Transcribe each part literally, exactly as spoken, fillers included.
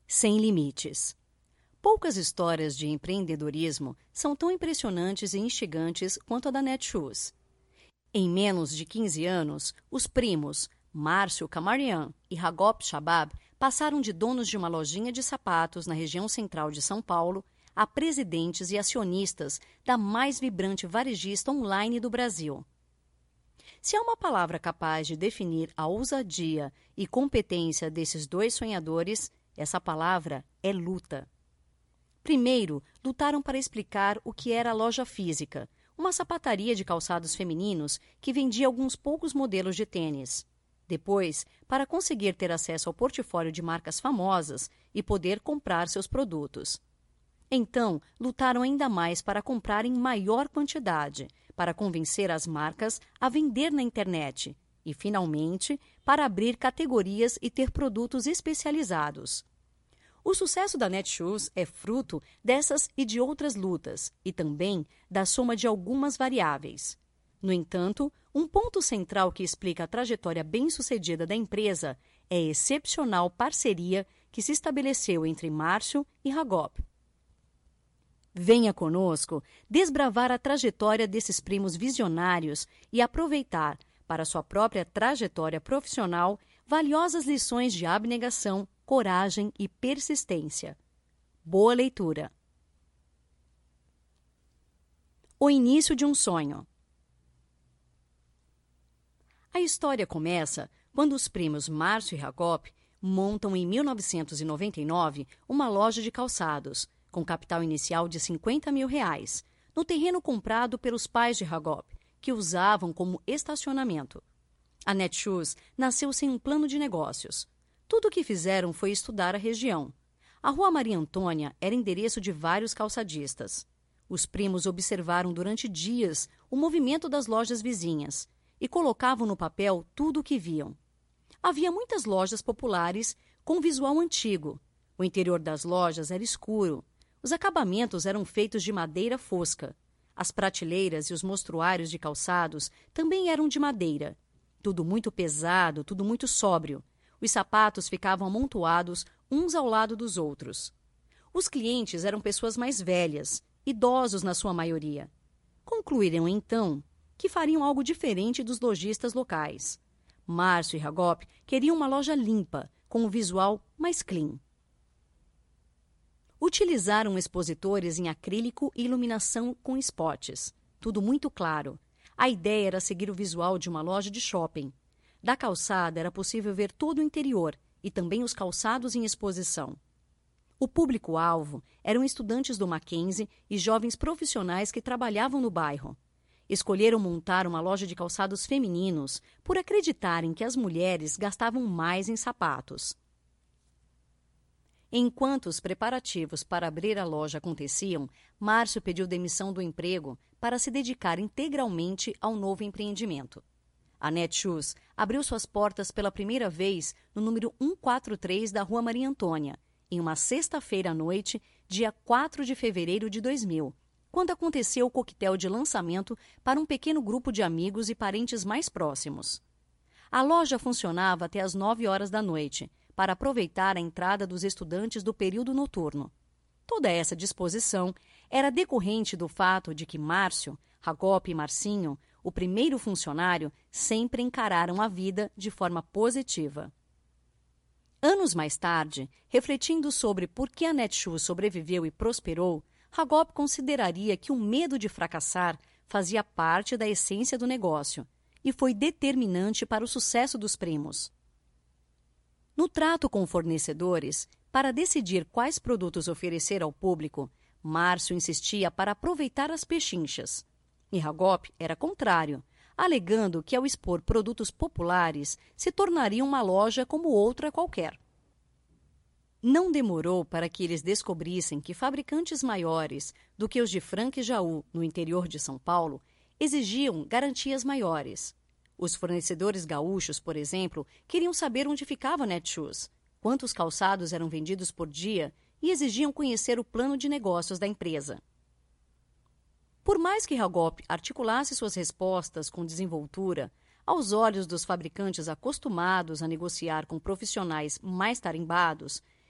sem limites. Poucas histórias de empreendedorismo são tão impressionantes e instigantes quanto a da Netshoes. Em menos de quinze anos, os primos Márcio Camarian e Hagop Shabab passaram de donos de uma lojinha de sapatos na região central de São Paulo a presidentes e acionistas da mais vibrante varejista online do Brasil. Se há uma palavra capaz de definir a ousadia e competência desses dois sonhadores, essa palavra é luta. Primeiro, lutaram para explicar o que era a loja física, uma sapataria de calçados femininos que vendia alguns poucos modelos de tênis. Depois, para conseguir ter acesso ao portfólio de marcas famosas e poder comprar seus produtos. Então, lutaram ainda mais para comprar em maior quantidade, para convencer as marcas a vender na internet e, finalmente, para abrir categorias e ter produtos especializados. O sucesso da Netshoes é fruto dessas e de outras lutas e também da soma de algumas variáveis. No entanto, um ponto central que explica a trajetória bem-sucedida da empresa é a excepcional parceria que se estabeleceu entre Márcio e Hagop. Venha conosco desbravar a trajetória desses primos visionários e aproveitar, para sua própria trajetória profissional, valiosas lições de abnegação, coragem e persistência. Boa leitura! O início de um sonho. A história começa quando os primos Márcio e Hagop montam em mil novecentos e noventa e nove uma loja de calçados, com capital inicial de cinquenta mil reais, no terreno comprado pelos pais de Hagop, que usavam como estacionamento. A Netshoes nasceu sem um plano de negócios. Tudo o que fizeram foi estudar a região. A Rua Maria Antônia era endereço de vários calçadistas. Os primos observaram durante dias o movimento das lojas vizinhas e colocavam no papel tudo o que viam. Havia muitas lojas populares com visual antigo. O interior das lojas era escuro. Os acabamentos eram feitos de madeira fosca. As prateleiras e os mostruários de calçados também eram de madeira. Tudo muito pesado, tudo muito sóbrio. Os sapatos ficavam amontoados uns ao lado dos outros. Os clientes eram pessoas mais velhas, idosos na sua maioria. Concluíram, então, que fariam algo diferente dos lojistas locais. Márcio e Hagop queriam uma loja limpa, com um visual mais clean. Utilizaram expositores em acrílico e iluminação com spots. Tudo muito claro. A ideia era seguir o visual de uma loja de shopping. Da calçada era possível ver todo o interior e também os calçados em exposição. O público-alvo eram estudantes do Mackenzie e jovens profissionais que trabalhavam no bairro. Escolheram montar uma loja de calçados femininos por acreditarem que as mulheres gastavam mais em sapatos. Enquanto os preparativos para abrir a loja aconteciam, Márcio pediu demissão do emprego para se dedicar integralmente ao novo empreendimento. A Netshoes abriu suas portas pela primeira vez no número cento e quarenta e três da Rua Maria Antônia, em uma sexta-feira à noite, dia quatro de fevereiro de dois mil, quando aconteceu o coquetel de lançamento para um pequeno grupo de amigos e parentes mais próximos. A loja funcionava até às nove horas da noite, para aproveitar a entrada dos estudantes do período noturno. Toda essa disposição era decorrente do fato de que Márcio, Hagop e Marcinho, o primeiro funcionário, sempre encararam a vida de forma positiva. Anos mais tarde, refletindo sobre por que a Netshoes sobreviveu e prosperou, Hagop consideraria que o medo de fracassar fazia parte da essência do negócio e foi determinante para o sucesso dos primos. No trato com fornecedores, para decidir quais produtos oferecer ao público, Márcio insistia para aproveitar as pechinchas. E Hagop era contrário, alegando que ao expor produtos populares se tornaria uma loja como outra qualquer. Não demorou para que eles descobrissem que fabricantes maiores do que os de Franca e Jaú, no interior de São Paulo, exigiam garantias maiores. Os fornecedores gaúchos, por exemplo, queriam saber onde ficava a Netshoes, quantos calçados eram vendidos por dia e exigiam conhecer o plano de negócios da empresa. Por mais que Hagop articulasse suas respostas com desenvoltura, aos olhos dos fabricantes acostumados a negociar com profissionais mais tarimbados,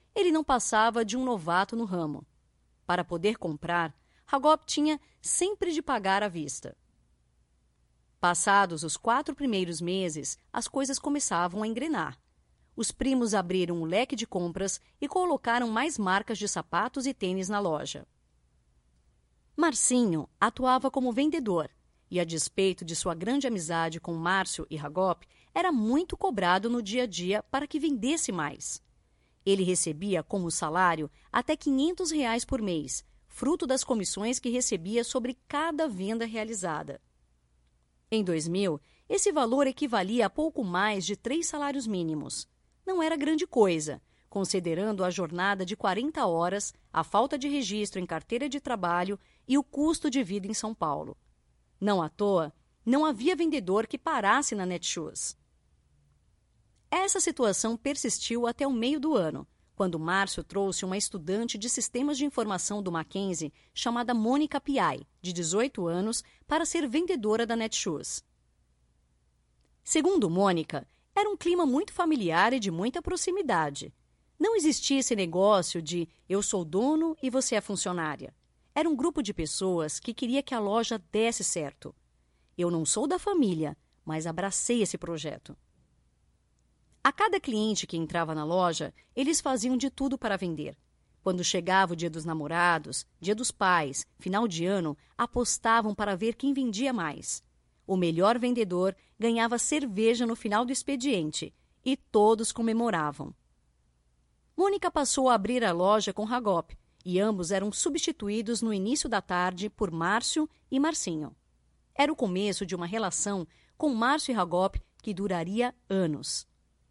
ele não passava de um novato no ramo. Para poder comprar, Hagop tinha sempre de pagar à vista. Passados os quatro primeiros meses, as coisas começavam a engrenar. Os primos abriram um leque de compras e colocaram mais marcas de sapatos e tênis na loja. Marcinho atuava como vendedor e, a despeito de sua grande amizade com Márcio e Hagop, era muito cobrado no dia a dia para que vendesse mais. Ele recebia como salário até quinhentos reais por mês, fruto das comissões que recebia sobre cada venda realizada. Em dois mil, esse valor equivalia a pouco mais de três salários mínimos. Não era grande coisa, considerando a jornada de quarenta horas, a falta de registro em carteira de trabalho e o custo de vida em São Paulo. Não à toa, não havia vendedor que parasse na Netshoes. Essa situação persistiu até o meio do ano, quando Márcio trouxe uma estudante de sistemas de informação do Mackenzie chamada Mônica Piai, de dezoito anos, para ser vendedora da Netshoes. Segundo Mônica, era um clima muito familiar e de muita proximidade. Não existia esse negócio de eu sou dono e você é funcionária. Era um grupo de pessoas que queria que a loja desse certo. Eu não sou da família, mas abracei esse projeto. A cada cliente que entrava na loja, eles faziam de tudo para vender. Quando chegava o dia dos namorados, dia dos pais, final de ano, apostavam para ver quem vendia mais. O melhor vendedor ganhava cerveja no final do expediente e todos comemoravam. Mônica passou a abrir a loja com Hagop e ambos eram substituídos no início da tarde por Márcio e Marcinho. Era o começo de uma relação com Márcio e Hagop que duraria anos.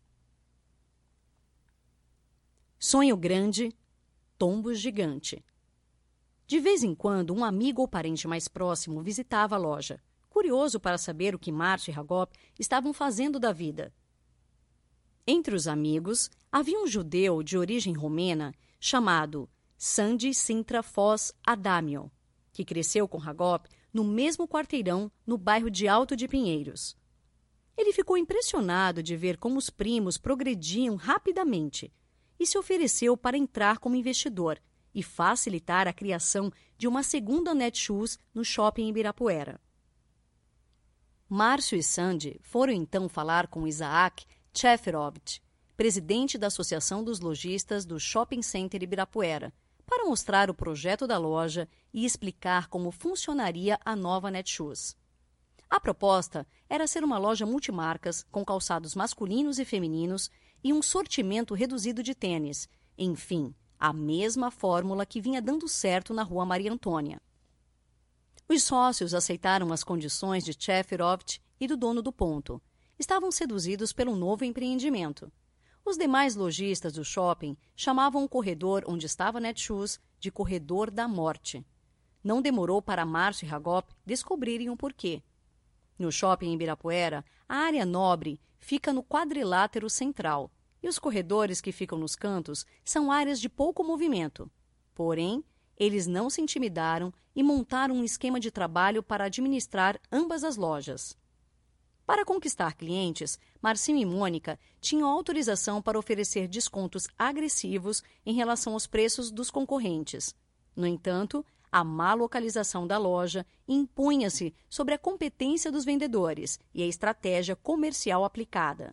Sonho grande, tombo gigante. De vez em quando, um amigo ou parente mais próximo visitava a loja, curioso para saber o que Márcio e Hagop estavam fazendo da vida. Entre os amigos, havia um judeu de origem romena chamado Sandy Sintra Foz Adamio, que cresceu com Hagop no mesmo quarteirão no bairro de Alto de Pinheiros. Ele ficou impressionado de ver como os primos progrediam rapidamente e se ofereceu para entrar como investidor e facilitar a criação de uma segunda Netshoes no shopping em Ibirapuera. Márcio e Sandy foram então falar com Isaac Cheferovich, presidente da Associação dos Lojistas do Shopping Center Ibirapuera, para mostrar o projeto da loja e explicar como funcionaria a nova Netshoes. A proposta era ser uma loja multimarcas com calçados masculinos e femininos e um sortimento reduzido de tênis. Enfim, a mesma fórmula que vinha dando certo na Rua Maria Antônia. Os sócios aceitaram as condições de Cheferovich e do dono do ponto. Estavam seduzidos pelo novo empreendimento. Os demais lojistas do shopping chamavam o corredor onde estava a Netshoes de Corredor da Morte. Não demorou para Márcio e Hagop descobrirem o porquê. No shopping em Ibirapuera, a área nobre fica no quadrilátero central e os corredores que ficam nos cantos são áreas de pouco movimento. Porém, eles não se intimidaram e montaram um esquema de trabalho para administrar ambas as lojas. Para conquistar clientes, Marcinho e Mônica tinham autorização para oferecer descontos agressivos em relação aos preços dos concorrentes. No entanto, a má localização da loja impunha-se sobre a competência dos vendedores e a estratégia comercial aplicada.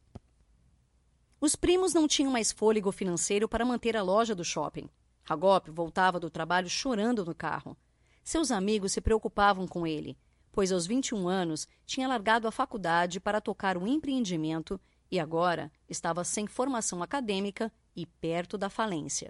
Os primos não tinham mais fôlego financeiro para manter a loja do shopping. Hagop voltava do trabalho chorando no carro. Seus amigos se preocupavam com ele, pois aos vinte e um anos tinha largado a faculdade para tocar um empreendimento e agora estava sem formação acadêmica e perto da falência.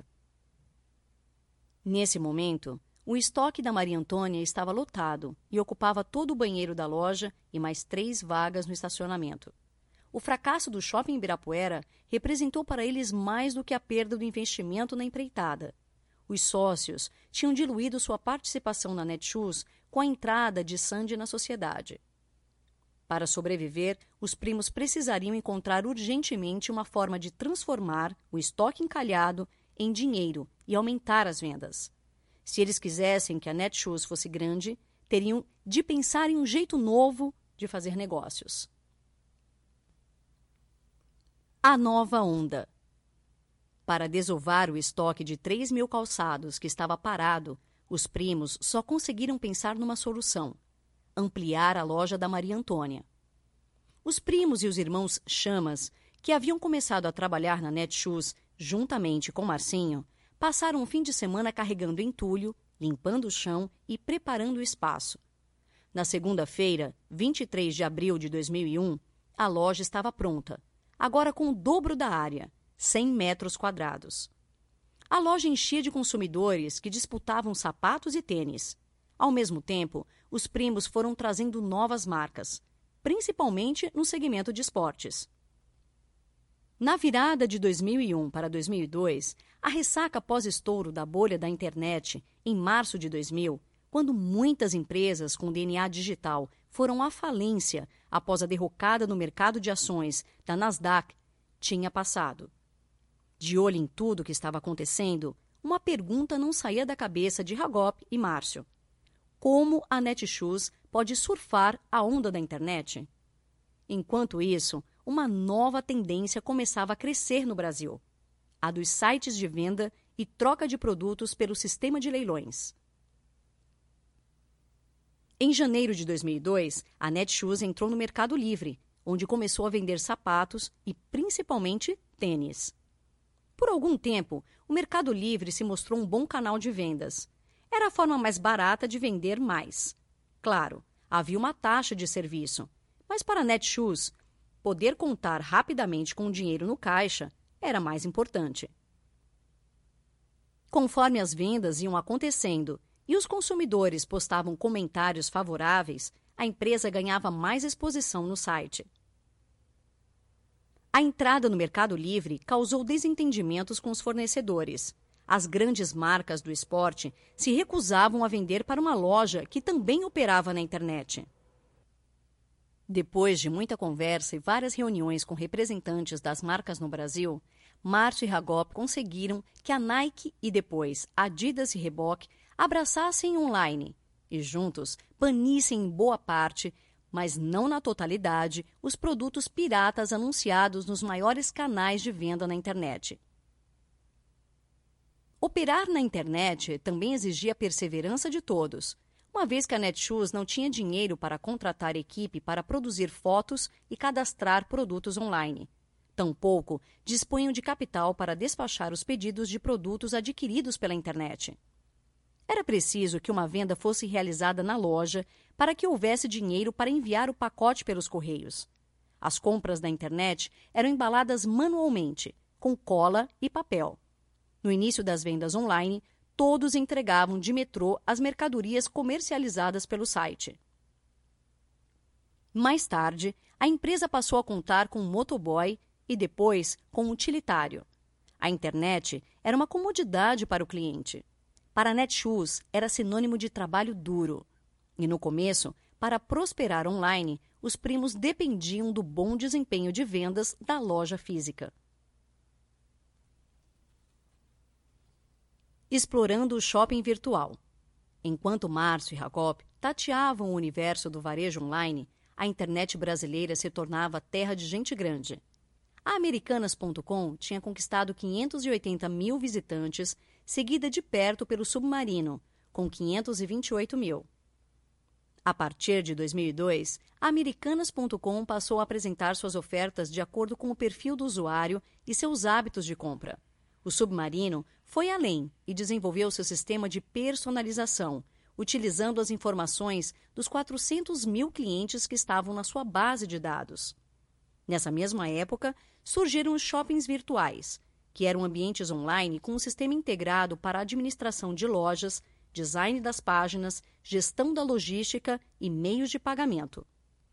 Nesse momento, o estoque da Maria Antônia estava lotado e ocupava todo o banheiro da loja e mais três vagas no estacionamento. O fracasso do shopping Ibirapuera representou para eles mais do que a perda do investimento na empreitada. Os sócios tinham diluído sua participação na Netshoes com a entrada de Sandy na sociedade. Para sobreviver, os primos precisariam encontrar urgentemente uma forma de transformar o estoque encalhado em dinheiro e aumentar as vendas. Se eles quisessem que a Netshoes fosse grande, teriam de pensar em um jeito novo de fazer negócios. A nova onda. Para desovar o estoque de três mil calçados que estava parado, os primos só conseguiram pensar numa solução: ampliar a loja da Maria Antônia. Os primos e os irmãos Chamas, que haviam começado a trabalhar na Netshoes juntamente com Marcinho, passaram o fim de semana carregando entulho, limpando o chão e preparando o espaço. Na segunda-feira, vinte e três de abril de dois mil e um, a loja estava pronta, agora com o dobro da área, cem metros quadrados. A loja enchia de consumidores que disputavam sapatos e tênis. Ao mesmo tempo, os primos foram trazendo novas marcas, principalmente no segmento de esportes. Na virada de dois mil e um para dois mil e dois, a ressaca pós-estouro da bolha da internet, em março de dois mil, quando muitas empresas com D N A digital foram à falência após a derrocada no mercado de ações da Nasdaq, tinha passado. De olho em tudo o que estava acontecendo, uma pergunta não saía da cabeça de Hagop e Márcio: como a Netshoes pode surfar a onda da internet? Enquanto isso, uma nova tendência começava a crescer no Brasil: a dos sites de venda e troca de produtos pelo sistema de leilões. Em janeiro de dois mil e dois, a Netshoes entrou no Mercado Livre, onde começou a vender sapatos e, principalmente, tênis. Por algum tempo, o Mercado Livre se mostrou um bom canal de vendas. Era a forma mais barata de vender mais. Claro, havia uma taxa de serviço, mas para a Netshoes, poder contar rapidamente com o dinheiro no caixa era mais importante. Conforme as vendas iam acontecendo e os consumidores postavam comentários favoráveis, a empresa ganhava mais exposição no site. A entrada no Mercado Livre causou desentendimentos com os fornecedores. As grandes marcas do esporte se recusavam a vender para uma loja que também operava na internet. Depois de muita conversa e várias reuniões com representantes das marcas no Brasil, Márcio e Hagop conseguiram que a Nike e depois Adidas e Reebok abraçassem online e juntos banissem em boa parte, mas não na totalidade, os produtos piratas anunciados nos maiores canais de venda na internet. Operar na internet também exigia a perseverança de todos, uma vez que a Netshoes não tinha dinheiro para contratar equipe para produzir fotos e cadastrar produtos online. Tampouco dispunham de capital para despachar os pedidos de produtos adquiridos pela internet. Era preciso que uma venda fosse realizada na loja para que houvesse dinheiro para enviar o pacote pelos correios. As compras da internet eram embaladas manualmente, com cola e papel. No início das vendas online, todos entregavam de metrô as mercadorias comercializadas pelo site. Mais tarde, a empresa passou a contar com um motoboy e depois com um utilitário. A internet era uma comodidade para o cliente. Para a Netshoes, era sinônimo de trabalho duro. E no começo, para prosperar online, os primos dependiam do bom desempenho de vendas da loja física. Explorando o shopping virtual. Enquanto Márcio e Hagop tateavam o universo do varejo online, a internet brasileira se tornava terra de gente grande. A Americanas ponto com tinha conquistado quinhentos e oitenta mil visitantes, seguida de perto pelo Submarino, com quinhentos e vinte e oito mil. A partir de dois mil e dois, a Americanas ponto com passou a apresentar suas ofertas de acordo com o perfil do usuário e seus hábitos de compra. O Submarino foi além e desenvolveu seu sistema de personalização, utilizando as informações dos quatrocentos mil clientes que estavam na sua base de dados. Nessa mesma época, surgiram os shoppings virtuais, que eram ambientes online com um sistema integrado para a administração de lojas, design das páginas, gestão da logística e meios de pagamento.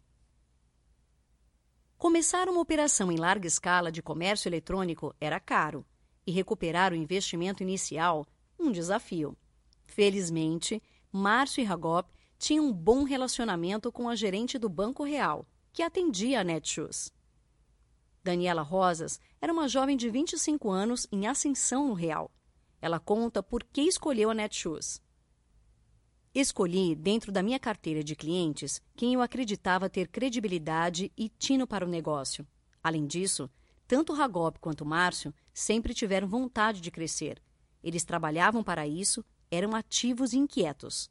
Começar uma operação em larga escala de comércio eletrônico era caro, e recuperar o investimento inicial, um desafio. Felizmente, Márcio e Hagop tinham um bom relacionamento com a gerente do Banco Real, que atendia a Netshoes. Daniela Rosas era uma jovem de vinte e cinco anos em ascensão no Real. Ela conta por que escolheu a Netshoes. Escolhi, dentro da minha carteira de clientes, quem eu acreditava ter credibilidade e tino para o negócio. Além disso, tanto Hagop quanto Márcio sempre tiveram vontade de crescer. Eles trabalhavam para isso, eram ativos e inquietos.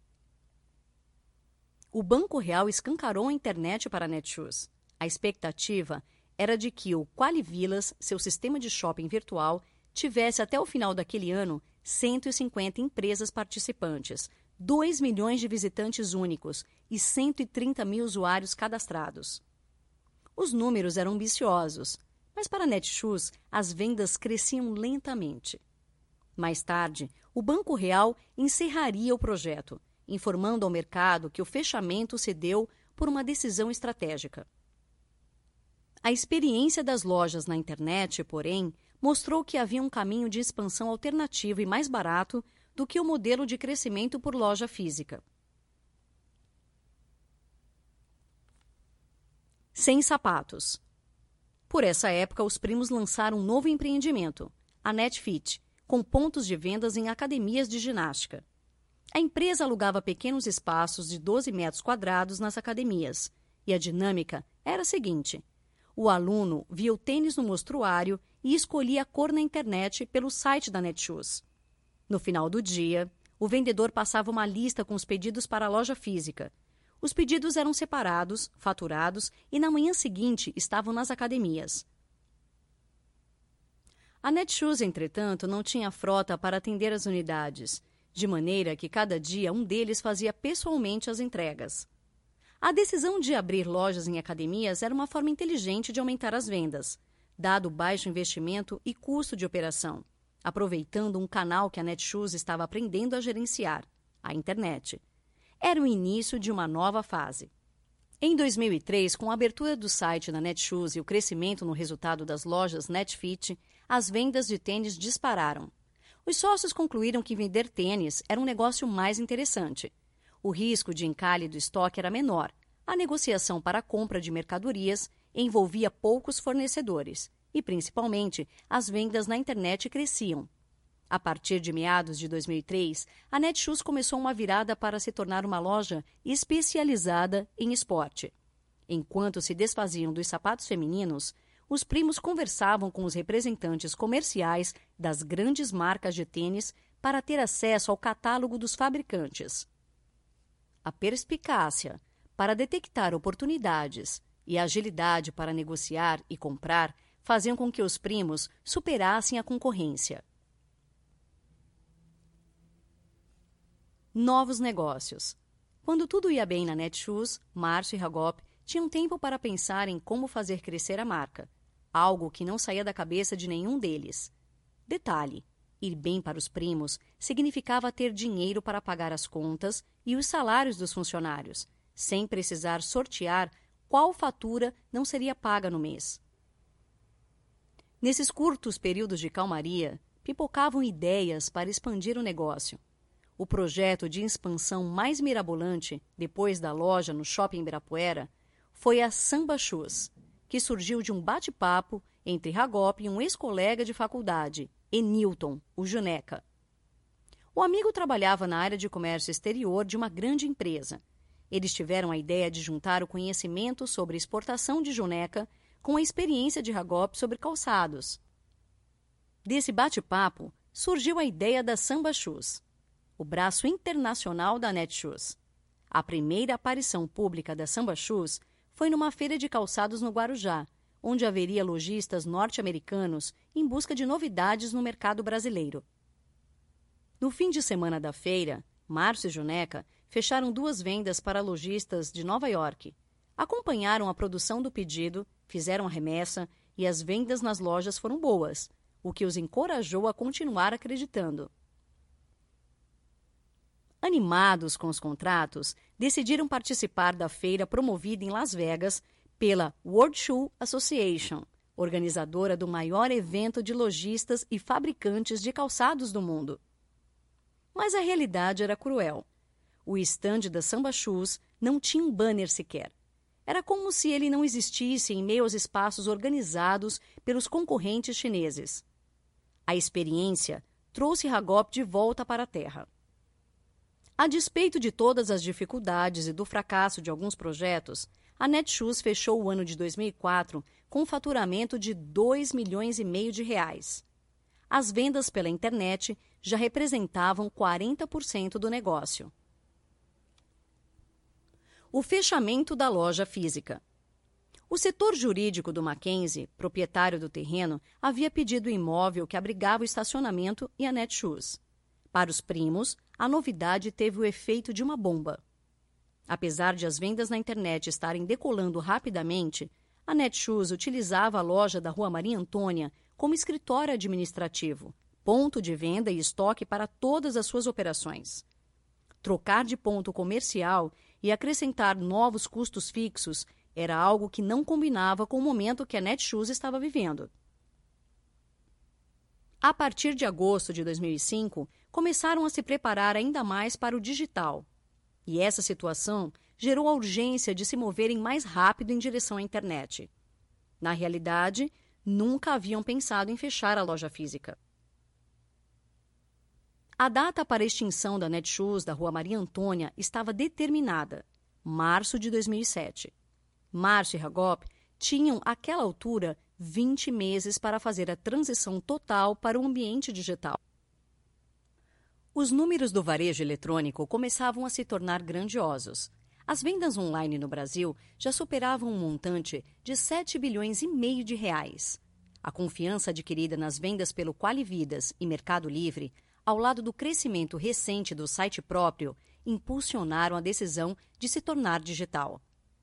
O Banco Real escancarou a internet para a Netshoes. A expectativa era de que o Qualivillas, seu sistema de shopping virtual, tivesse até o final daquele ano cento e cinquenta empresas participantes, dois milhões de visitantes únicos e cento e trinta mil usuários cadastrados. Os números eram ambiciosos, mas para a Netshoes as vendas cresciam lentamente. Mais tarde, o Banco Real encerraria o projeto, informando ao mercado que o fechamento se deu por uma decisão estratégica. A experiência das lojas na internet, porém, mostrou que havia um caminho de expansão alternativo e mais barato do que o modelo de crescimento por loja física. Sem sapatos. Por essa época, os primos lançaram um novo empreendimento, a NetFit, com pontos de vendas em academias de ginástica. A empresa alugava pequenos espaços de doze metros quadrados nas academias, e a dinâmica era a seguinte: o aluno via o tênis no mostruário e escolhia a cor na internet pelo site da Netshoes. No final do dia, o vendedor passava uma lista com os pedidos para a loja física. Os pedidos eram separados, faturados e na manhã seguinte estavam nas academias. A Netshoes, entretanto, não tinha frota para atender as unidades, de maneira que cada dia um deles fazia pessoalmente as entregas. A decisão de abrir lojas em academias era uma forma inteligente de aumentar as vendas, dado o baixo investimento e custo de operação, aproveitando um canal que a Netshoes estava aprendendo a gerenciar, a internet. Era o início de uma nova fase. Em dois mil e três, com a abertura do site da Netshoes e o crescimento no resultado das lojas NetFit, as vendas de tênis dispararam. Os sócios concluíram que vender tênis era um negócio mais interessante. O risco de encalhe do estoque era menor, a negociação para a compra de mercadorias envolvia poucos fornecedores e, principalmente, as vendas na internet cresciam. A partir de meados de dois mil e três, a Netshoes começou uma virada para se tornar uma loja especializada em esporte. Enquanto se desfaziam dos sapatos femininos, os primos conversavam com os representantes comerciais das grandes marcas de tênis para ter acesso ao catálogo dos fabricantes. A perspicácia para detectar oportunidades e a agilidade para negociar e comprar faziam com que os primos superassem a concorrência. Novos negócios. Quando tudo ia bem na Netshoes, Márcio e Hagop tinham tempo para pensar em como fazer crescer a marca, algo que não saía da cabeça de nenhum deles. Detalhe: ir bem para os primos significava ter dinheiro para pagar as contas e os salários dos funcionários, sem precisar sortear qual fatura não seria paga no mês. Nesses curtos períodos de calmaria, pipocavam ideias para expandir o negócio. O projeto de expansão mais mirabolante, depois da loja no Shopping Ibirapuera, foi a Samba Shoes, que surgiu de um bate-papo entre Hagop e um ex-colega de faculdade, Enilton, o Juneca. O amigo trabalhava na área de comércio exterior de uma grande empresa. Eles tiveram a ideia de juntar o conhecimento sobre exportação de Juneca com a experiência de Hagop sobre calçados. Desse bate-papo surgiu a ideia da Samba Shoes, o braço internacional da Netshoes. A primeira aparição pública da Samba Shoes foi numa feira de calçados no Guarujá, onde haveria lojistas norte-americanos em busca de novidades no mercado brasileiro. No fim de semana da feira, Márcio e Juneca fecharam duas vendas para lojistas de Nova York. Acompanharam a produção do pedido, fizeram a remessa e as vendas nas lojas foram boas, o que os encorajou a continuar acreditando. Animados com os contratos, decidiram participar da feira promovida em Las Vegas pela World Shoe Association, organizadora do maior evento de lojistas e fabricantes de calçados do mundo. Mas a realidade era cruel. O estande da Samba Shoes não tinha um banner sequer. Era como se ele não existisse em meio aos espaços organizados pelos concorrentes chineses. A experiência trouxe Hagop de volta para a terra. A despeito de todas as dificuldades e do fracasso de alguns projetos, a Netshoes fechou o ano de dois mil e quatro com faturamento de dois milhões e meio de reais. As vendas pela internet já representavam quarenta por cento do negócio. O fechamento da loja física. O setor jurídico do Mackenzie, proprietário do terreno, havia pedido o imóvel que abrigava o estacionamento e a Netshoes. Para os primos, a novidade teve o efeito de uma bomba. Apesar de as vendas na internet estarem decolando rapidamente, a Netshoes utilizava a loja da Rua Maria Antônia como escritório administrativo, ponto de venda e estoque para todas as suas operações. Trocar de ponto comercial e acrescentar novos custos fixos era algo que não combinava com o momento que a Netshoes estava vivendo. A partir de agosto de dois mil e cinco, começaram a se preparar ainda mais para o digital. E essa situação gerou a urgência de se moverem mais rápido em direção à internet. Na realidade, nunca haviam pensado em fechar a loja física. A data para a extinção da Netshoes da Rua Maria Antônia estava determinada, março de dois mil e sete. Márcio e Hagop tinham, àquela altura, vinte meses para fazer a transição total para o ambiente digital. Os números do varejo eletrônico começavam a se tornar grandiosos. As vendas online no Brasil já superavam um montante de sete bilhões e meio de reais. A confiança adquirida nas vendas pelo Qualividas e Mercado Livre, ao lado do crescimento recente do site próprio, impulsionaram a decisão de se tornar digital.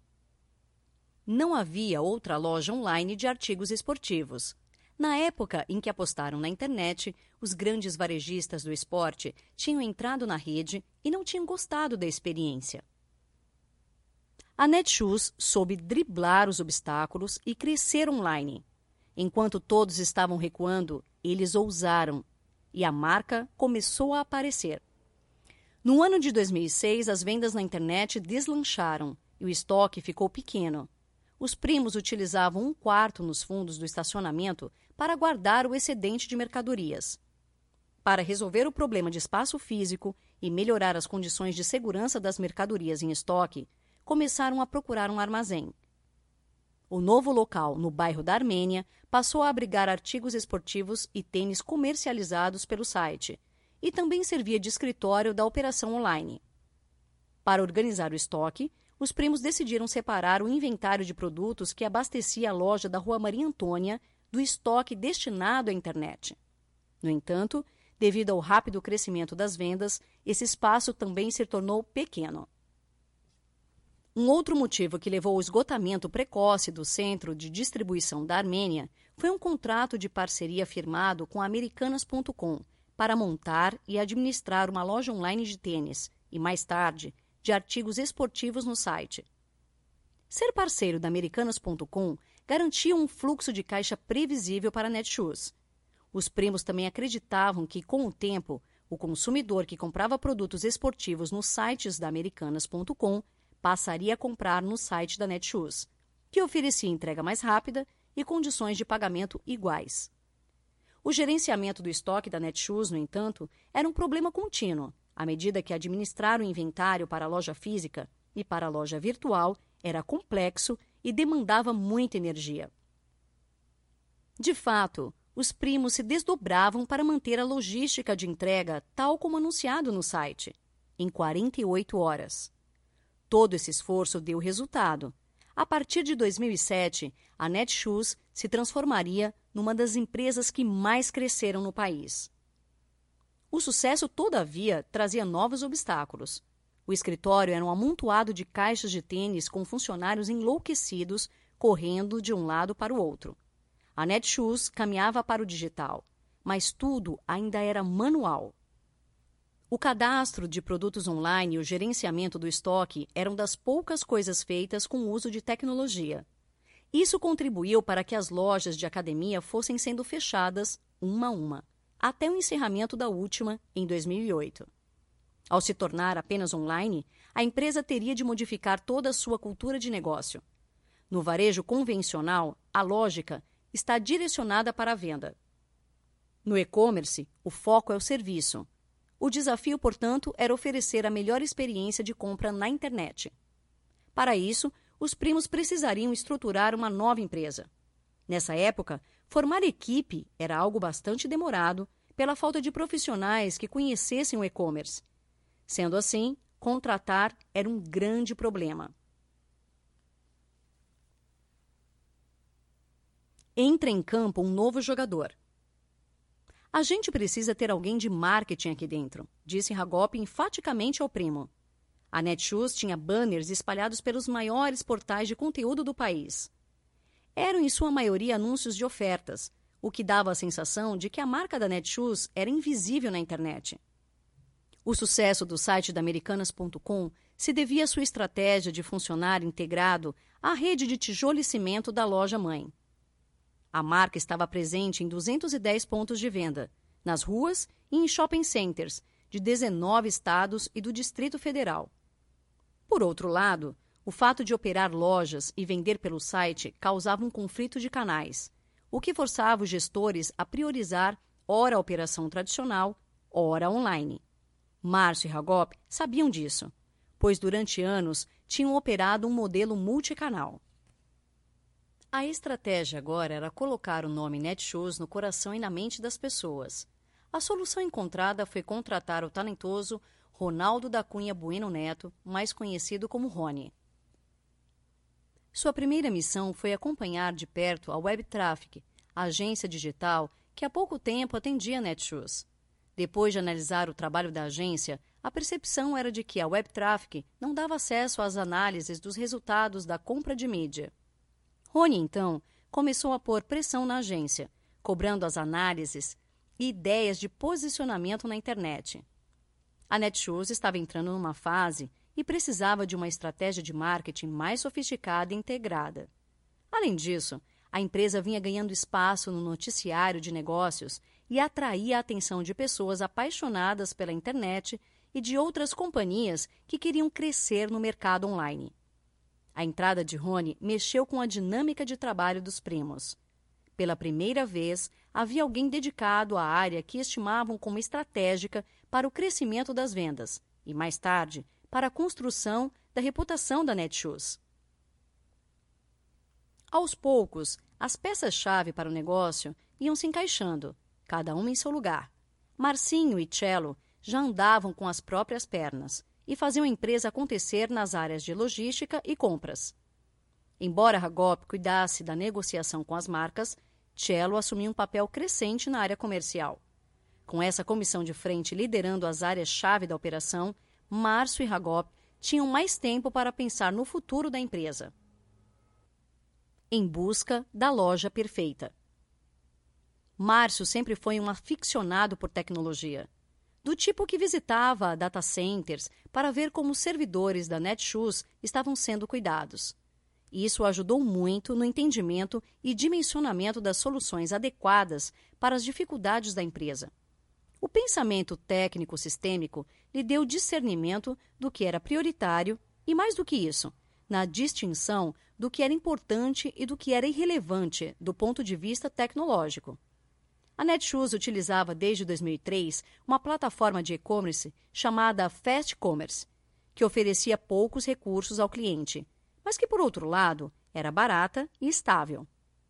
Não havia outra loja online de artigos esportivos. Na época em que apostaram na internet, os grandes varejistas do esporte tinham entrado na rede e não tinham gostado da experiência. A Netshoes soube driblar os obstáculos e crescer online. Enquanto todos estavam recuando, eles ousaram, e a marca começou a aparecer. No ano de dois mil e seis, as vendas na internet deslancharam e o estoque ficou pequeno. Os primos utilizavam um quarto nos fundos do estacionamento para guardar o excedente de mercadorias. Para resolver o problema de espaço físico e melhorar as condições de segurança das mercadorias em estoque, começaram a procurar um armazém. O novo local, no bairro da Armênia, passou a abrigar artigos esportivos e tênis comercializados pelo site, e também servia de escritório da operação online. Para organizar o estoque, os primos decidiram separar o inventário de produtos que abastecia a loja da Rua Maria Antônia do estoque destinado à internet. No entanto, devido ao rápido crescimento das vendas, esse espaço também se tornou pequeno. Um outro motivo que levou ao esgotamento precoce do centro de distribuição da Armênia foi um contrato de parceria firmado com a Americanas ponto com para montar e administrar uma loja online de tênis e, mais tarde, de artigos esportivos no site. Ser parceiro da Americanas ponto com garantia um fluxo de caixa previsível para a Netshoes. Os primos também acreditavam que, com o tempo, o consumidor que comprava produtos esportivos nos sites da Americanas ponto com passaria a comprar no site da Netshoes, que oferecia entrega mais rápida e condições de pagamento iguais. O gerenciamento do estoque da Netshoes, no entanto, era um problema contínuo, à medida que administrar o inventário para a loja física e para a loja virtual era complexo e demandava muita energia. De fato, os primos se desdobravam para manter a logística de entrega tal como anunciado no site, em quarenta e oito horas. Todo esse esforço deu resultado. A partir de dois mil e sete, a Netshoes se transformaria numa das empresas que mais cresceram no país. O sucesso, todavia, trazia novos obstáculos. O escritório era um amontoado de caixas de tênis com funcionários enlouquecidos correndo de um lado para o outro. A Netshoes caminhava para o digital, mas tudo ainda era manual. O cadastro de produtos online e o gerenciamento do estoque eram das poucas coisas feitas com o uso de tecnologia. Isso contribuiu para que as lojas de academia fossem sendo fechadas uma a uma, até o encerramento da última, em dois mil e oito. Ao se tornar apenas online, a empresa teria de modificar toda a sua cultura de negócio. No varejo convencional, a lógica está direcionada para a venda. No e-commerce, o foco é o serviço. O desafio, portanto, era oferecer a melhor experiência de compra na internet. Para isso, os primos precisariam estruturar uma nova empresa. Nessa época, formar equipe era algo bastante demorado pela falta de profissionais que conhecessem o e-commerce. Sendo assim, contratar era um grande problema. Entra em campo um novo jogador. A gente precisa ter alguém de marketing aqui dentro, disse Hagop enfaticamente ao primo. A Netshoes tinha banners espalhados pelos maiores portais de conteúdo do país. Eram em sua maioria anúncios de ofertas, o que dava a sensação de que a marca da Netshoes era invisível na internet. O sucesso do site da Americanas ponto com se devia à sua estratégia de funcionar integrado à rede de tijolo e cimento da loja-mãe. A marca estava presente em duzentos e dez pontos de venda, nas ruas e em shopping centers de dezenove estados e do Distrito Federal. Por outro lado, o fato de operar lojas e vender pelo site causava um conflito de canais, o que forçava os gestores a priorizar ora a operação tradicional, ora online. Márcio e Hagop sabiam disso, pois durante anos tinham operado um modelo multicanal. A estratégia agora era colocar o nome Netshoes no coração e na mente das pessoas. A solução encontrada foi contratar o talentoso Ronaldo da Cunha Bueno Neto, mais conhecido como Rony. Sua primeira missão foi acompanhar de perto a Web Traffic, a agência digital que há pouco tempo atendia a Netshoes. Depois de analisar o trabalho da agência, a percepção era de que a Web Traffic não dava acesso às análises dos resultados da compra de mídia. Rony, então, começou a pôr pressão na agência, cobrando as análises e ideias de posicionamento na internet. A Netshoes estava entrando numa fase e precisava de uma estratégia de marketing mais sofisticada e integrada. Além disso, a empresa vinha ganhando espaço no noticiário de negócios e atraía a atenção de pessoas apaixonadas pela internet e de outras companhias que queriam crescer no mercado online. A entrada de Rony mexeu com a dinâmica de trabalho dos primos. Pela primeira vez, havia alguém dedicado à área que estimavam como estratégica para o crescimento das vendas e, mais tarde, para a construção da reputação da Netshoes. Aos poucos, as peças-chave para o negócio iam se encaixando, cada uma em seu lugar. Marcinho e Cello já andavam com as próprias pernas e faziam a empresa acontecer nas áreas de logística e compras. Embora Hagop cuidasse da negociação com as marcas, Cello assumiu um papel crescente na área comercial. Com essa comissão de frente liderando as áreas-chave da operação, Márcio e Hagop tinham mais tempo para pensar no futuro da empresa. Em busca da loja perfeita. Márcio sempre foi um aficionado por tecnologia, do tipo que visitava data centers para ver como os servidores da Netshoes estavam sendo cuidados. Isso ajudou muito no entendimento e dimensionamento das soluções adequadas para as dificuldades da empresa. O pensamento técnico-sistêmico lhe deu discernimento do que era prioritário e, mais do que isso, na distinção do que era importante e do que era irrelevante do ponto de vista tecnológico. A Netshoes utilizava desde dois mil e três uma plataforma de e-commerce chamada Fast Commerce, que oferecia poucos recursos ao cliente, mas que, por outro lado, era barata e estável.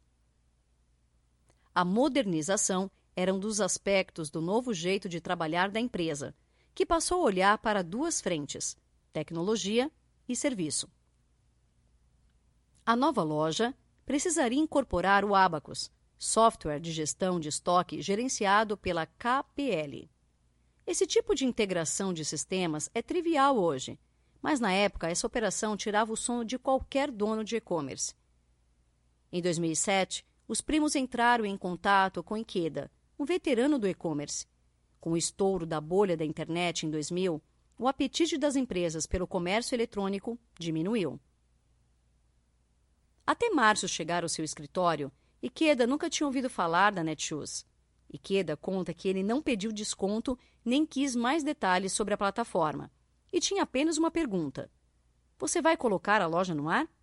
A modernização era um dos aspectos do novo jeito de trabalhar da empresa, que passou a olhar para duas frentes, tecnologia e serviço. A nova loja precisaria incorporar o Abacus, software de gestão de estoque gerenciado pela K P L. Esse tipo de integração de sistemas é trivial hoje, mas na época essa operação tirava o sono de qualquer dono de e-commerce. Em dois mil e sete, os primos entraram em contato com Ikeda, um veterano do e-commerce. Com o estouro da bolha da internet em dois mil, o apetite das empresas pelo comércio eletrônico diminuiu. Até Márcio chegar ao seu escritório, Ikeda nunca tinha ouvido falar da Netshoes. Ikeda conta que ele não pediu desconto nem quis mais detalhes sobre a plataforma e tinha apenas uma pergunta: você vai colocar a loja no ar?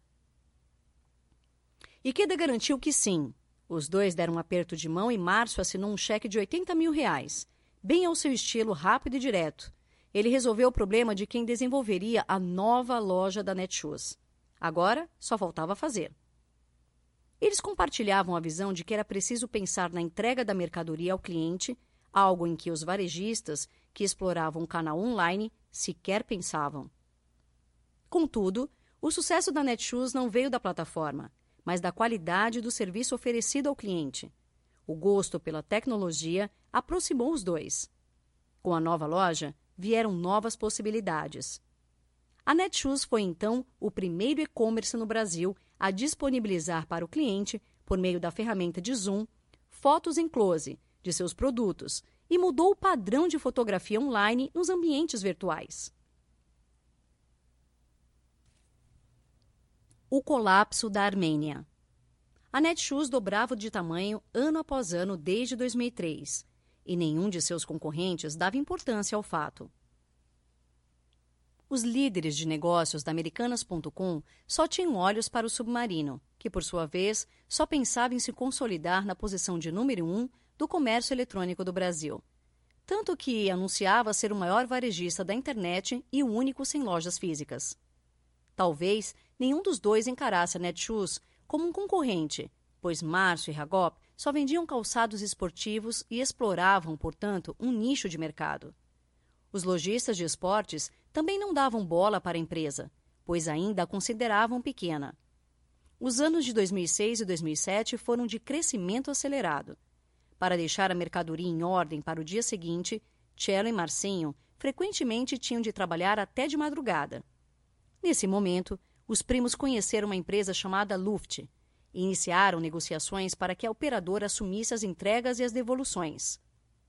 Ikeda garantiu que sim. Os dois deram um aperto de mão e Márcio assinou um cheque de oitenta mil reais, bem ao seu estilo rápido e direto. Ele resolveu o problema de quem desenvolveria a nova loja da Netshoes. Agora, só faltava fazer. Eles compartilhavam a visão de que era preciso pensar na entrega da mercadoria ao cliente, algo em que os varejistas, que exploravam o canal online, sequer pensavam. Contudo, o sucesso da Netshoes não veio da plataforma, mas da qualidade do serviço oferecido ao cliente. O gosto pela tecnologia aproximou os dois. Com a nova loja, vieram novas possibilidades. A Netshoes foi, então, o primeiro e-commerce no Brasil a disponibilizar para o cliente, por meio da ferramenta de zoom, fotos em close de seus produtos e mudou o padrão de fotografia online nos ambientes virtuais. O colapso da Armênia. A Netshoes dobrava de tamanho ano após ano desde dois mil e três, e nenhum de seus concorrentes dava importância ao fato. Os líderes de negócios da Americanas ponto com só tinham olhos para o submarino, que, por sua vez, só pensava em se consolidar na posição de número um do comércio eletrônico do Brasil. Tanto que anunciava ser o maior varejista da internet e o único sem lojas físicas. Talvez nenhum dos dois encarasse a Netshoes como um concorrente, pois Márcio e Hagop só vendiam calçados esportivos e exploravam, portanto, um nicho de mercado. Os lojistas de esportes também não davam bola para a empresa, pois ainda a consideravam pequena. Os anos de dois mil e seis e dois mil e sete foram de crescimento acelerado. Para deixar a mercadoria em ordem para o dia seguinte, Cello e Marcinho frequentemente tinham de trabalhar até de madrugada. Nesse momento, os primos conheceram uma empresa chamada Luft e iniciaram negociações para que a operadora assumisse as entregas e as devoluções.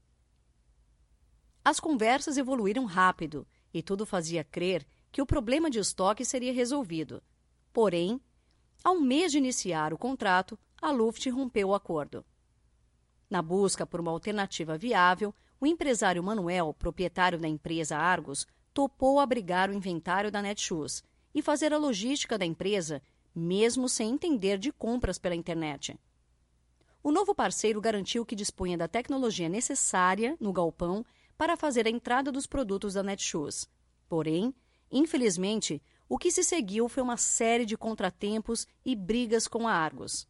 As conversas evoluíram rápido e tudo fazia crer que o problema de estoque seria resolvido. Porém, ao mês de iniciar o contrato, a Luft rompeu o acordo. Na busca por uma alternativa viável, o empresário Manuel, proprietário da empresa Argos, topou abrigar o inventário da Netshoes e fazer a logística da empresa, mesmo sem entender de compras pela internet. O novo parceiro garantiu que dispunha da tecnologia necessária no galpão para fazer a entrada dos produtos da Netshoes. Porém, infelizmente, o que se seguiu foi uma série de contratempos e brigas com a Argos.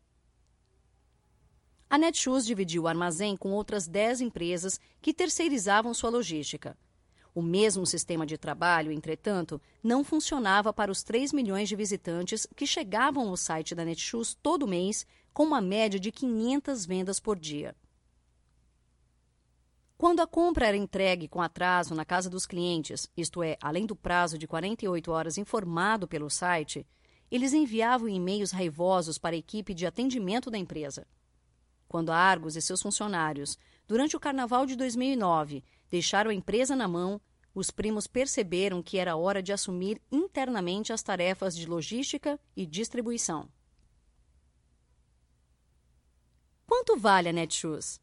A Netshoes dividiu o armazém com outras dez empresas que terceirizavam sua logística. O mesmo sistema de trabalho, entretanto, não funcionava para os três milhões de visitantes que chegavam ao site da Netshoes todo mês, com uma média de quinhentas vendas por dia. Quando a compra era entregue com atraso na casa dos clientes, isto é, além do prazo de quarenta e oito horas informado pelo site, eles enviavam e-mails raivosos para a equipe de atendimento da empresa. Quando a Argos e seus funcionários, durante o carnaval de dois mil e nove, deixaram a empresa na mão, os primos perceberam que era hora de assumir internamente as tarefas de logística e distribuição. Quanto vale a Netshoes?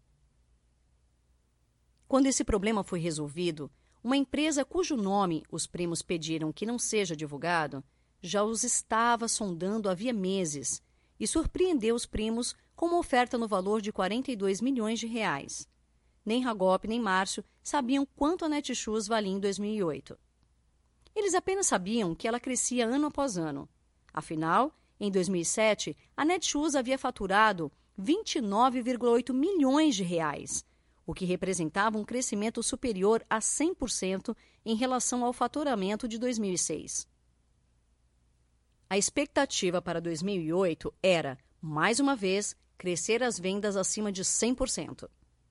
Quando esse problema foi resolvido, uma empresa cujo nome os primos pediram que não seja divulgado, já os estava sondando havia meses e surpreendeu os primos com uma oferta no valor de quarenta e dois milhões de reais. Nem Hagop nem Márcio sabiam quanto a Netshoes valia em dois mil e oito. Eles apenas sabiam que ela crescia ano após ano. Afinal, em dois mil e sete, a Netshoes havia faturado vinte e nove vírgula oito milhões de reais, o que representava um crescimento superior a cem por cento em relação ao faturamento de dois mil e seis. A expectativa para dois mil e oito era, mais uma vez, crescer as vendas acima de cem por cento.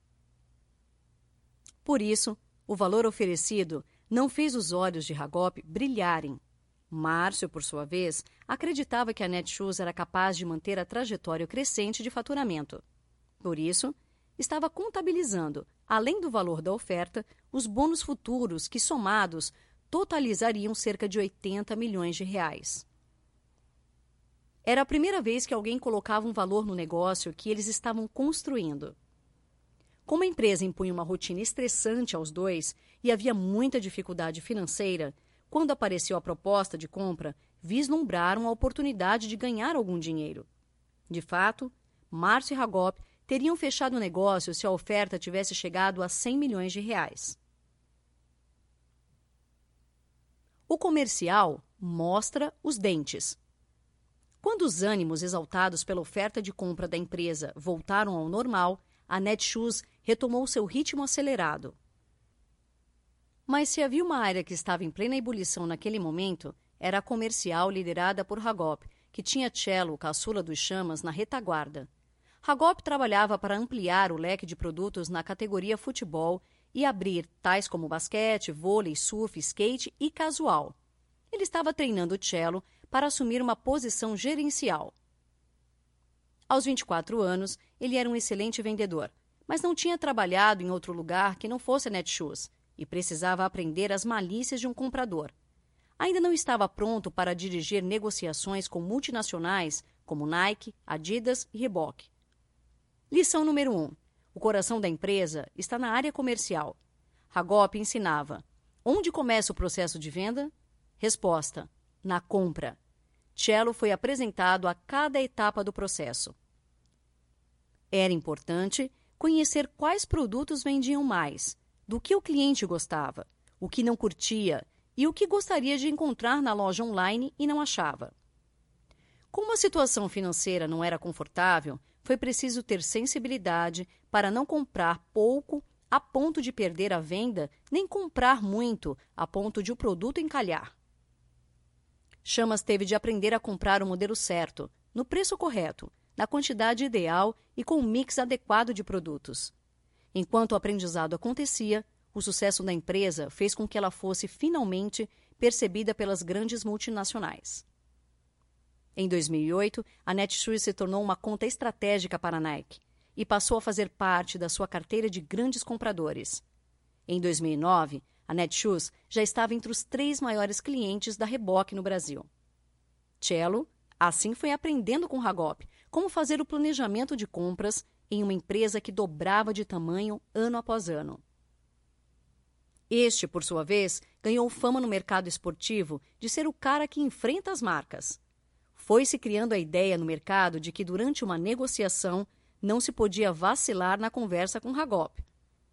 Por isso, o valor oferecido não fez os olhos de Hagop brilharem. Márcio, por sua vez, acreditava que a Netshoes era capaz de manter a trajetória crescente de faturamento. Por isso, estava contabilizando, além do valor da oferta, os bônus futuros que, somados, totalizariam cerca de oitenta milhões de reais. Era a primeira vez que alguém colocava um valor no negócio que eles estavam construindo. Como a empresa impunha uma rotina estressante aos dois e havia muita dificuldade financeira, quando apareceu a proposta de compra, vislumbraram a oportunidade de ganhar algum dinheiro. De fato, Márcio e Hagop teriam fechado o negócio se a oferta tivesse chegado a cem milhões de reais. O comercial mostra os dentes. Quando os ânimos exaltados pela oferta de compra da empresa voltaram ao normal, a Netshoes retomou seu ritmo acelerado. Mas se havia uma área que estava em plena ebulição naquele momento, era a comercial liderada por Hagop, que tinha Cello, caçula dos chamas, na retaguarda. Hagop trabalhava para ampliar o leque de produtos na categoria futebol e abrir tais como basquete, vôlei, surf, skate e casual. Ele estava treinando Cello para assumir uma posição gerencial. Aos vinte e quatro anos, ele era um excelente vendedor, mas não tinha trabalhado em outro lugar que não fosse a Netshoes e precisava aprender as malícias de um comprador. Ainda não estava pronto para dirigir negociações com multinacionais como Nike, Adidas e Reebok. Lição número um. O coração da empresa está na área comercial. Hagop ensinava: onde começa o processo de venda? Resposta: na compra. Cello foi apresentado a cada etapa do processo. Era importante conhecer quais produtos vendiam mais, do que o cliente gostava, o que não curtia e o que gostaria de encontrar na loja online e não achava. Como a situação financeira não era confortável, foi preciso ter sensibilidade para não comprar pouco a ponto de perder a venda, nem comprar muito a ponto de o produto encalhar. Chamas teve de aprender a comprar o modelo certo, no preço correto, na quantidade ideal e com um mix adequado de produtos. Enquanto o aprendizado acontecia, o sucesso da empresa fez com que ela fosse finalmente percebida pelas grandes multinacionais. Em dois mil e oito, a Netshoes se tornou uma conta estratégica para a Nike e passou a fazer parte da sua carteira de grandes compradores. Em dois mil e nove, a Netshoes já estava entre os três maiores clientes da Reebok no Brasil. Cello, assim, foi aprendendo com Hagop como fazer o planejamento de compras em uma empresa que dobrava de tamanho ano após ano. Este, por sua vez, ganhou fama no mercado esportivo de ser o cara que enfrenta as marcas. Foi-se criando a ideia no mercado de que durante uma negociação não se podia vacilar na conversa com Hagop.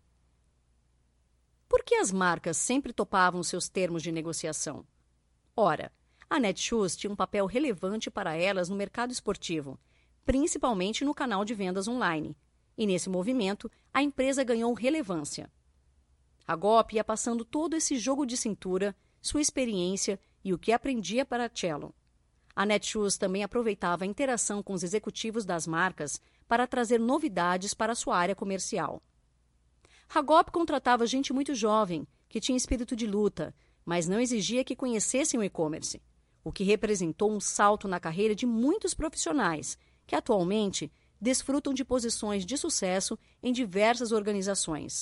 Por que as marcas sempre topavam seus termos de negociação? Ora, a Netshoes tinha um papel relevante para elas no mercado esportivo, principalmente no canal de vendas online, e nesse movimento a empresa ganhou relevância. Hagop ia passando todo esse jogo de cintura, sua experiência e o que aprendia para Cello. A Netshoes também aproveitava a interação com os executivos das marcas para trazer novidades para a sua área comercial. Hagop contratava gente muito jovem, que tinha espírito de luta, mas não exigia que conhecessem o e-commerce, o que representou um salto na carreira de muitos profissionais, que atualmente desfrutam de posições de sucesso em diversas organizações.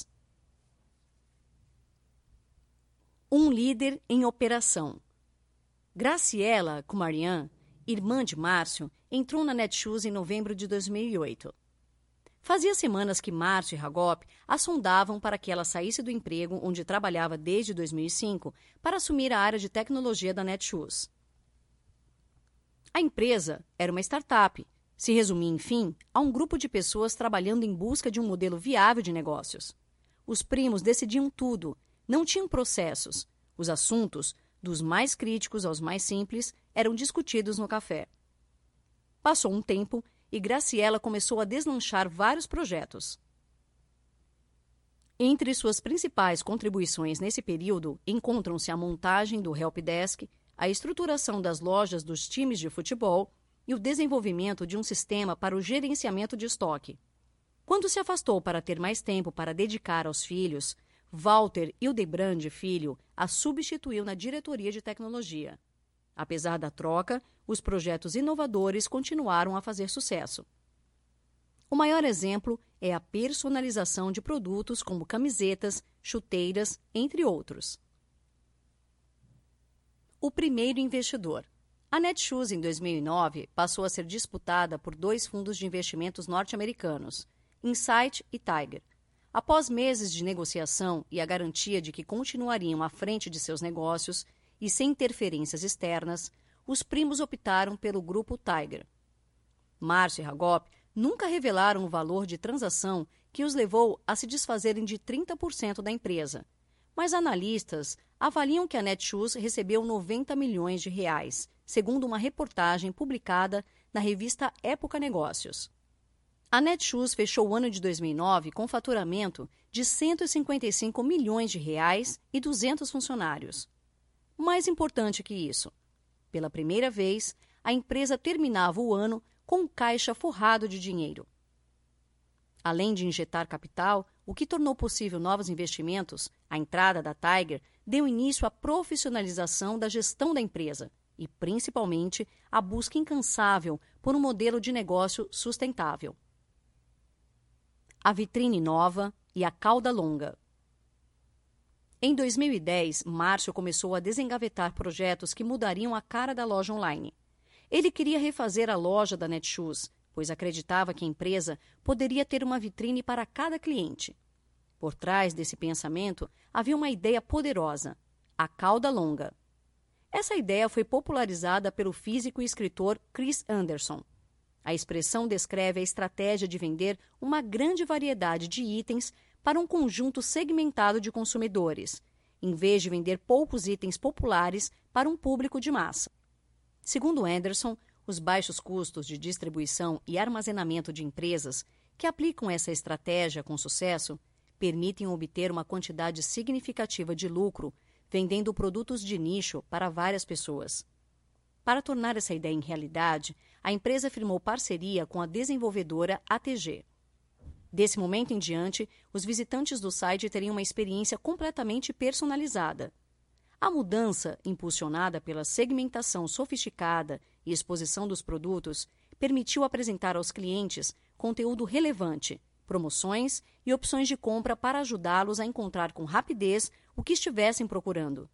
Um líder em operação. Graciela Kumarian, irmã de Márcio, entrou na Netshoes em novembro de dois mil e oito. Fazia semanas que Márcio e Hagop a sondavam para que ela saísse do emprego onde trabalhava desde dois mil e cinco para assumir a área de tecnologia da Netshoes. A empresa era uma startup, se resumia, enfim, a um grupo de pessoas trabalhando em busca de um modelo viável de negócios. Os primos decidiam tudo, não tinham processos. Os assuntos, dos mais críticos aos mais simples, eram discutidos no café. Passou um tempo e Graciela começou a deslanchar vários projetos. Entre suas principais contribuições nesse período encontram-se a montagem do helpdesk, a estruturação das lojas dos times de futebol e o desenvolvimento de um sistema para o gerenciamento de estoque. Quando se afastou para ter mais tempo para dedicar aos filhos, Walter Hildebrand Filho a substituiu na diretoria de tecnologia. Apesar da troca, os projetos inovadores continuaram a fazer sucesso. O maior exemplo é a personalização de produtos como camisetas, chuteiras, entre outros. O primeiro investidor. A Netshoes, em dois mil e nove, passou a ser disputada por dois fundos de investimentos norte-americanos, Insight e Tiger. Após meses de negociação e a garantia de que continuariam à frente de seus negócios e sem interferências externas, os primos optaram pelo grupo Tiger. Márcio e Hagop nunca revelaram o valor de transação que os levou a se desfazerem de trinta por cento da empresa, mas analistas avaliam que a Netshoes recebeu noventa milhões de reais, segundo uma reportagem publicada na revista Época Negócios. A Netshoes fechou o ano de dois mil e nove com faturamento de cento e cinquenta e cinco milhões de reais e duzentos funcionários. Mais importante que isso, pela primeira vez, a empresa terminava o ano com um caixa forrado de dinheiro. Além de injetar capital, o que tornou possível novos investimentos, a entrada da Tiger deu início à profissionalização da gestão da empresa e, principalmente, a busca incansável por um modelo de negócio sustentável. A vitrine nova e a cauda longa. Em dois mil e dez, Márcio começou a desengavetar projetos que mudariam a cara da loja online. Ele queria refazer a loja da Netshoes, pois acreditava que a empresa poderia ter uma vitrine para cada cliente. Por trás desse pensamento havia uma ideia poderosa, a cauda longa. Essa ideia foi popularizada pelo físico e escritor Chris Anderson. A expressão descreve a estratégia de vender uma grande variedade de itens para um conjunto segmentado de consumidores, em vez de vender poucos itens populares para um público de massa. Segundo Anderson, os baixos custos de distribuição e armazenamento de empresas que aplicam essa estratégia com sucesso permitem obter uma quantidade significativa de lucro vendendo produtos de nicho para várias pessoas. Para tornar essa ideia em realidade, a empresa firmou parceria com a desenvolvedora A T G. Desse momento em diante, os visitantes do site teriam uma experiência completamente personalizada. A mudança, impulsionada pela segmentação sofisticada e exposição dos produtos, permitiu apresentar aos clientes conteúdo relevante, promoções e opções de compra para ajudá-los a encontrar com rapidez o que estivessem procurando.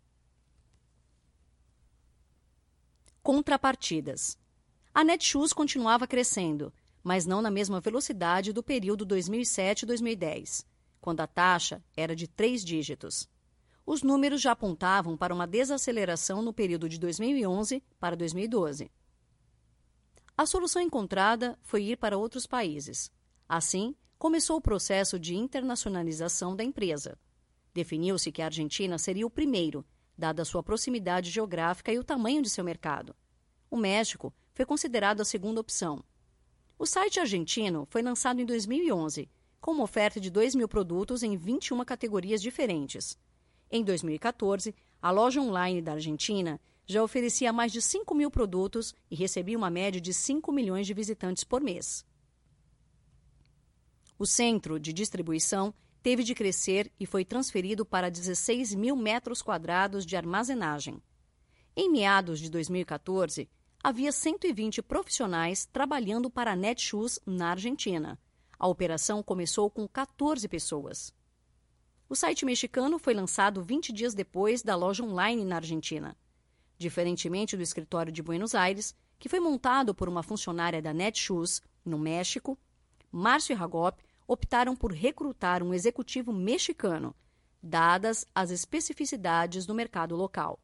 Contrapartidas. A Netshoes continuava crescendo, mas não na mesma velocidade do período dois mil e sete a dois mil e dez, quando a taxa era de três dígitos. Os números já apontavam para uma desaceleração no período de dois mil e onze para dois mil e doze. A solução encontrada foi ir para outros países. Assim, começou o processo de internacionalização da empresa. Definiu-se que a Argentina seria o primeiro, dada a sua proximidade geográfica e o tamanho de seu mercado. O México foi considerado a segunda opção. O site argentino foi lançado em dois mil e onze, com uma oferta de dois mil produtos em vinte e uma categorias diferentes. Em dois mil e quatorze, a loja online da Argentina já oferecia mais de cinco mil produtos e recebia uma média de cinco milhões de visitantes por mês. O centro de distribuição teve de crescer e foi transferido para dezesseis mil metros quadrados de armazenagem. Em meados de dois mil e quatorze, havia cento e vinte profissionais trabalhando para a Netshoes na Argentina. A operação começou com quatorze pessoas. O site mexicano foi lançado vinte dias depois da loja online na Argentina. Diferentemente do escritório de Buenos Aires, que foi montado por uma funcionária da Netshoes, no México, Márcio e Hagop optaram por recrutar um executivo mexicano, dadas as especificidades do mercado local.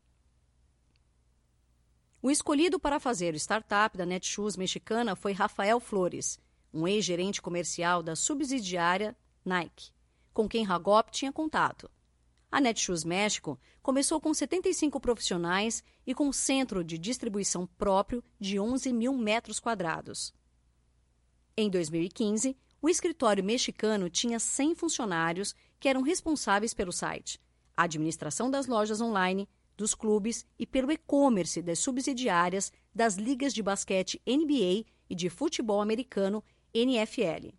O escolhido para fazer o startup da Netshoes mexicana foi Rafael Flores, um ex-gerente comercial da subsidiária Nike, com quem Hagop tinha contato. A Netshoes México começou com setenta e cinco profissionais e com um centro de distribuição próprio de onze mil metros quadrados. Em dois mil e quinze, o escritório mexicano tinha cem funcionários que eram responsáveis pelo site, a administração das lojas online, dos clubes e pelo e-commerce das subsidiárias das ligas de basquete N B A e de futebol americano N F L.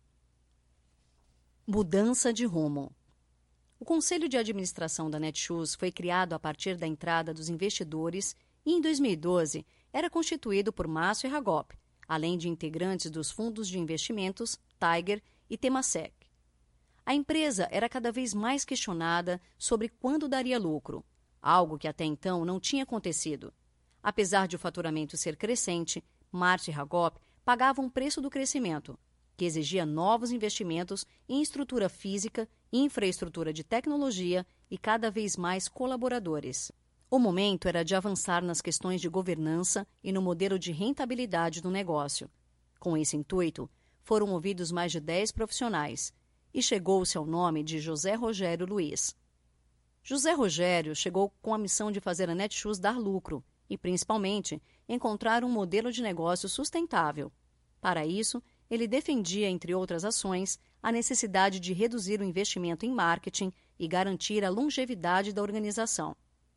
Mudança de rumo. O Conselho de Administração da Netshoes foi criado a partir da entrada dos investidores e, em dois mil e doze, era constituído por Márcio e Hagop, além de integrantes dos fundos de investimentos Tiger e Temasek. A empresa era cada vez mais questionada sobre quando daria lucro, algo que até então não tinha acontecido. Apesar de o faturamento ser crescente, Márcio e Hagop pagavam o preço do crescimento, que exigia novos investimentos em estrutura física, infraestrutura de tecnologia e cada vez mais colaboradores. O momento era de avançar nas questões de governança e no modelo de rentabilidade do negócio. Com esse intuito, foram ouvidos mais de dez profissionais e chegou-se ao nome de José Rogério Luiz. José Rogério chegou com a missão de fazer a Netshoes dar lucro e, principalmente, encontrar um modelo de negócio sustentável. Para isso, ele defendia, entre outras ações, a necessidade de reduzir o investimento em marketing e garantir a longevidade da organização.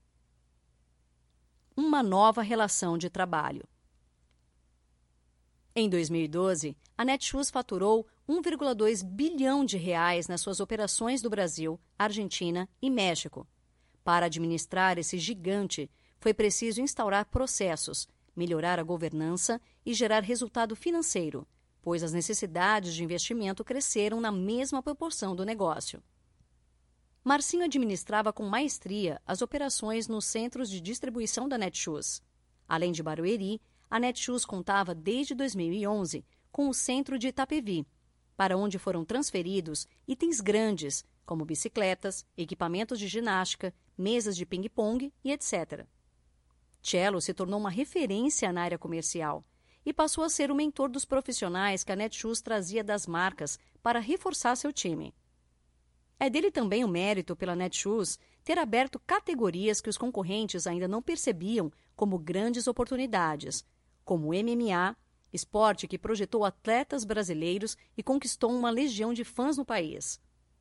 Uma nova relação de trabalho. Em dois mil e doze, a Netshoes faturou um vírgula dois bilhão de reais nas suas operações do Brasil, Argentina e México. Para administrar esse gigante, foi preciso instaurar processos, melhorar a governança e gerar resultado financeiro, pois as necessidades de investimento cresceram na mesma proporção do negócio. Marcinho administrava com maestria as operações nos centros de distribuição da Netshoes. Além de Barueri, a Netshoes contava desde dois mil e onze com o centro de Itapevi, para onde foram transferidos itens grandes, como bicicletas, equipamentos de ginástica, mesas de ping-pong e etcétera. Cello se tornou uma referência na área comercial e passou a ser o mentor dos profissionais que a Netshoes trazia das marcas para reforçar seu time. É dele também o mérito pela Netshoes ter aberto categorias que os concorrentes ainda não percebiam como grandes oportunidades, como o M M A, esporte que projetou atletas brasileiros e conquistou uma legião de fãs no país.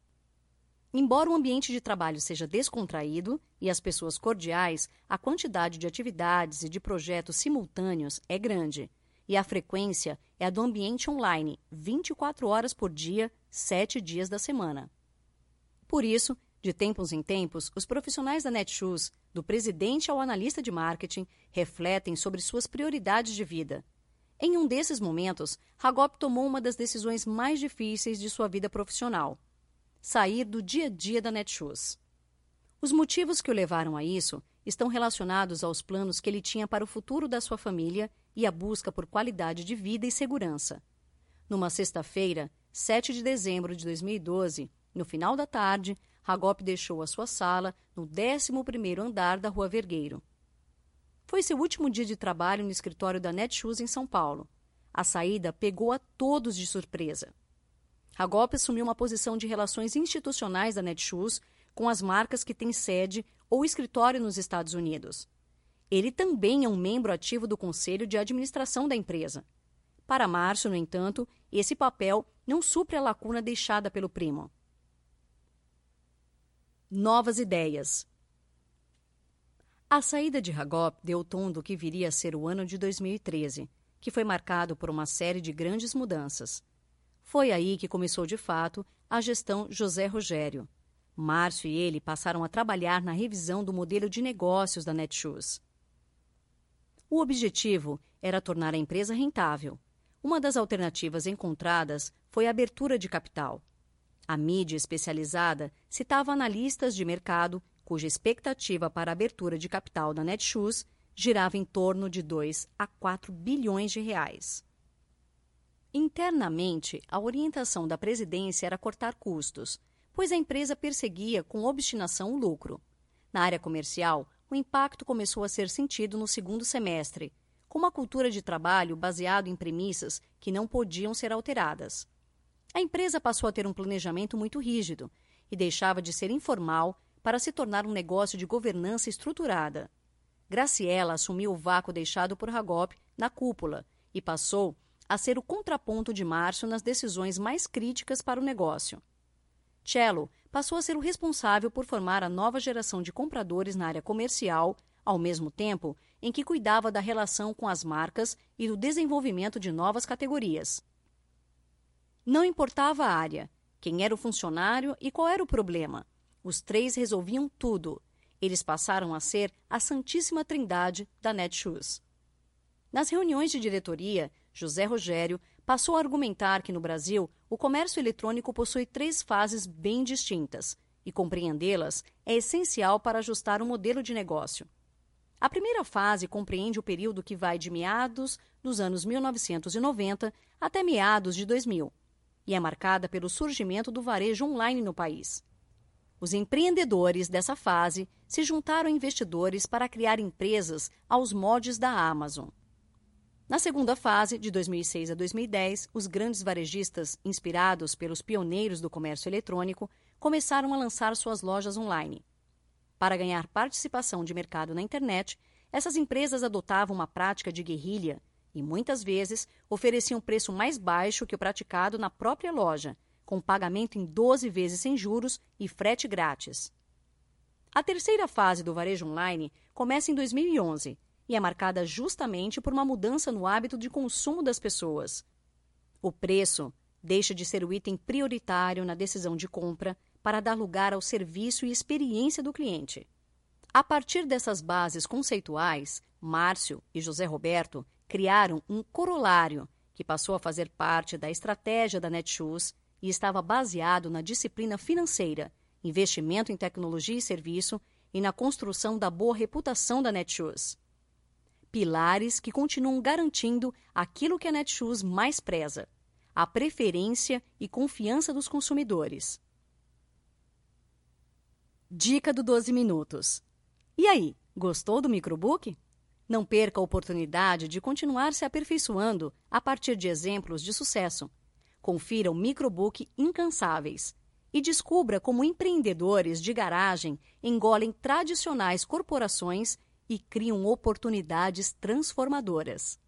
Embora o ambiente de trabalho seja descontraído e as pessoas cordiais, a quantidade de atividades e de projetos simultâneos é grande, e a frequência é a do ambiente online, vinte e quatro horas por dia, sete dias da semana. Por isso, de tempos em tempos, os profissionais da Netshoes, do presidente ao analista de marketing, refletem sobre suas prioridades de vida. Em um desses momentos, Hagop tomou uma das decisões mais difíceis de sua vida profissional: sair do dia a dia da Netshoes. Os motivos que o levaram a isso estão relacionados aos planos que ele tinha para o futuro da sua família e a busca por qualidade de vida e segurança. Numa sexta-feira, sete de dezembro de dois mil e doze, no final da tarde, Hagop deixou a sua sala no décimo primeiro andar da Rua Vergueiro. Foi seu último dia de trabalho no escritório da Netshoes em São Paulo. A saída pegou a todos de surpresa. Hagop assumiu uma posição de relações institucionais da Netshoes com as marcas que têm sede ou escritório nos Estados Unidos. Ele também é um membro ativo do conselho de administração da empresa. Para Márcio, no entanto, esse papel não supre a lacuna deixada pelo primo. Novas ideias. A saída de Hagop deu o tom do que viria a ser o ano de dois mil e treze, que foi marcado por uma série de grandes mudanças. Foi aí que começou, de fato, a gestão José Rogério. Márcio e ele passaram a trabalhar na revisão do modelo de negócios da Netshoes. O objetivo era tornar a empresa rentável. Uma das alternativas encontradas foi a abertura de capital. A mídia especializada citava analistas de mercado cuja expectativa para a abertura de capital da Netshoes girava em torno de dois a quatro bilhões de reais. Internamente, a orientação da presidência era cortar custos, pois a empresa perseguia com obstinação o lucro. Na área comercial, o impacto começou a ser sentido no segundo semestre, com uma cultura de trabalho baseado em premissas que não podiam ser alteradas. A empresa passou a ter um planejamento muito rígido e deixava de ser informal para se tornar um negócio de governança estruturada. Graciela assumiu o vácuo deixado por Hagop na cúpula e passou a ser o contraponto de Márcio nas decisões mais críticas para o negócio. Cello passou a ser o responsável por formar a nova geração de compradores na área comercial, ao mesmo tempo em que cuidava da relação com as marcas e do desenvolvimento de novas categorias. Não importava a área, quem era o funcionário e qual era o problema. Os três resolviam tudo. Eles passaram a ser a Santíssima Trindade da Netshoes. Nas reuniões de diretoria, José Rogério passou a argumentar que no Brasil o comércio eletrônico possui três fases bem distintas e compreendê-las é essencial para ajustar o modelo de negócio. A primeira fase compreende o período que vai de meados dos anos mil novecentos e noventa até meados de dois mil e é marcada pelo surgimento do varejo online no país. Os empreendedores dessa fase se juntaram a investidores para criar empresas aos moldes da Amazon. Na segunda fase, de dois mil e seis a dois mil e dez, os grandes varejistas, inspirados pelos pioneiros do comércio eletrônico, começaram a lançar suas lojas online. Para ganhar participação de mercado na internet, Essas empresas adotavam uma prática de guerrilha e, muitas vezes, ofereciam preço mais baixo que o praticado na própria loja, com pagamento em doze vezes sem juros e frete grátis. A terceira fase do varejo online começa em dois mil e onze e é marcada justamente por uma mudança no hábito de consumo das pessoas. O preço deixa de ser o item prioritário na decisão de compra para dar lugar ao serviço e experiência do cliente. A partir dessas bases conceituais, Márcio e José Roberto criaram um corolário que passou a fazer parte da estratégia da Netshoes e estava baseado na disciplina financeira, investimento em tecnologia e serviço e na construção da boa reputação da Netshoes. Pilares que continuam garantindo aquilo que a Netshoes mais preza: a preferência e confiança dos consumidores. Dica do doze minutos. E aí, gostou do microbook? Não perca a oportunidade de continuar se aperfeiçoando a partir de exemplos de sucesso. Confira o microbook Incansáveis e descubra como empreendedores de garagem engolem tradicionais corporações e criam oportunidades transformadoras.